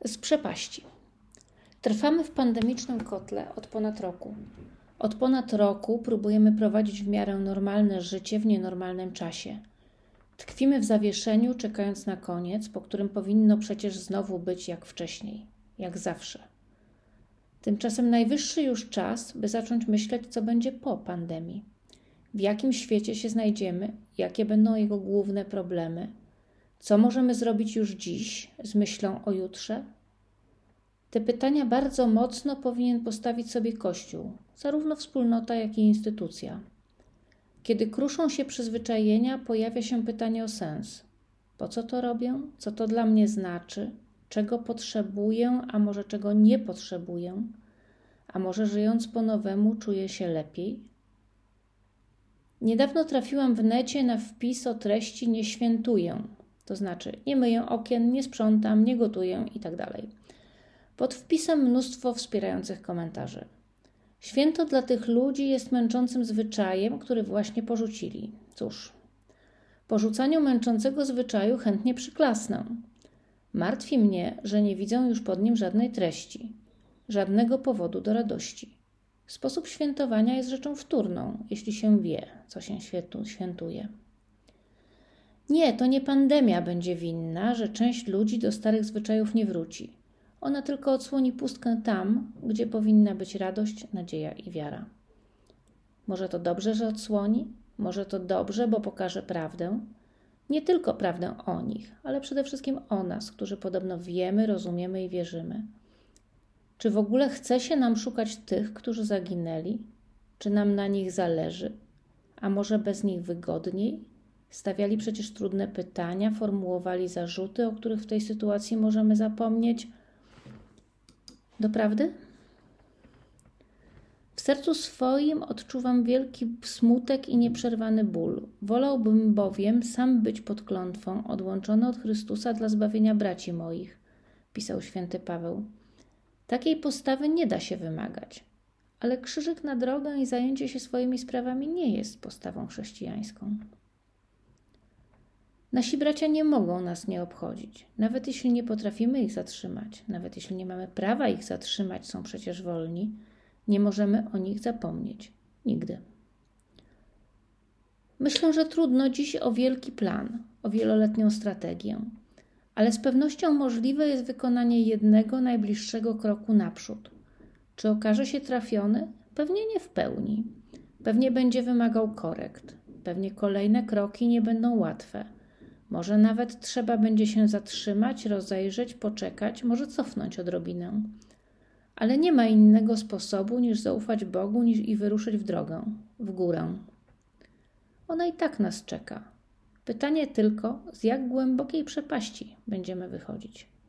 Z przepaści. Trwamy w pandemicznym kotle od ponad roku. Od ponad roku próbujemy prowadzić w miarę normalne życie w nienormalnym czasie. Tkwimy w zawieszeniu, czekając na koniec, po którym powinno przecież znowu być jak wcześniej, jak zawsze. Tymczasem najwyższy już czas, by zacząć myśleć, co będzie po pandemii. W jakim świecie się znajdziemy, jakie będą jego główne problemy, co możemy zrobić już dziś z myślą o jutrze? Te pytania bardzo mocno powinien postawić sobie Kościół, zarówno wspólnota, jak i instytucja. Kiedy kruszą się przyzwyczajenia, pojawia się pytanie o sens. Po co to robię? Co to dla mnie znaczy? Czego potrzebuję, a może czego nie potrzebuję? A może żyjąc po nowemu czuję się lepiej? Niedawno trafiłam w necie na wpis o treści nie świętuję, to znaczy nie myję okien, nie sprzątam, nie gotuję itd. Pod wpisem mnóstwo wspierających komentarzy. Święto dla tych ludzi jest męczącym zwyczajem, który właśnie porzucili. Cóż, porzucaniu męczącego zwyczaju chętnie przyklasnę. Martwi mnie, że nie widzę już pod nim żadnej treści, żadnego powodu do radości. Sposób świętowania jest rzeczą wtórną, jeśli się wie, co się świętuje. Nie, to nie pandemia będzie winna, że część ludzi do starych zwyczajów nie wróci. Ona tylko odsłoni pustkę tam, gdzie powinna być radość, nadzieja i wiara. Może to dobrze, że odsłoni? Może to dobrze, bo pokaże prawdę? Nie tylko prawdę o nich, ale przede wszystkim o nas, którzy podobno wiemy, rozumiemy i wierzymy. Czy w ogóle chce się nam szukać tych, którzy zaginęli? Czy nam na nich zależy? A może bez nich wygodniej? Stawiali przecież trudne pytania, formułowali zarzuty, o których w tej sytuacji możemy zapomnieć. Doprawdy? W sercu swoim odczuwam wielki smutek i nieprzerwany ból. Wolałbym bowiem sam być pod klątwą, odłączony od Chrystusa dla zbawienia braci moich, pisał święty Paweł. Takiej postawy nie da się wymagać, ale krzyżyk na drogę i zajęcie się swoimi sprawami nie jest postawą chrześcijańską. Nasi bracia nie mogą nas nie obchodzić, nawet jeśli nie potrafimy ich zatrzymać, nawet jeśli nie mamy prawa ich zatrzymać, są przecież wolni, nie możemy o nich zapomnieć. Nigdy. Myślę, że trudno dziś o wielki plan, o wieloletnią strategię, ale z pewnością możliwe jest wykonanie jednego najbliższego kroku naprzód. Czy okaże się trafiony? Pewnie nie w pełni. Pewnie będzie wymagał korekt. Pewnie kolejne kroki nie będą łatwe. Może nawet trzeba będzie się zatrzymać, rozejrzeć, poczekać, może cofnąć odrobinę. Ale nie ma innego sposobu niż zaufać Bogu i wyruszyć w drogę, w górę. Ona i tak nas czeka. Pytanie tylko, z jak głębokiej przepaści będziemy wychodzić.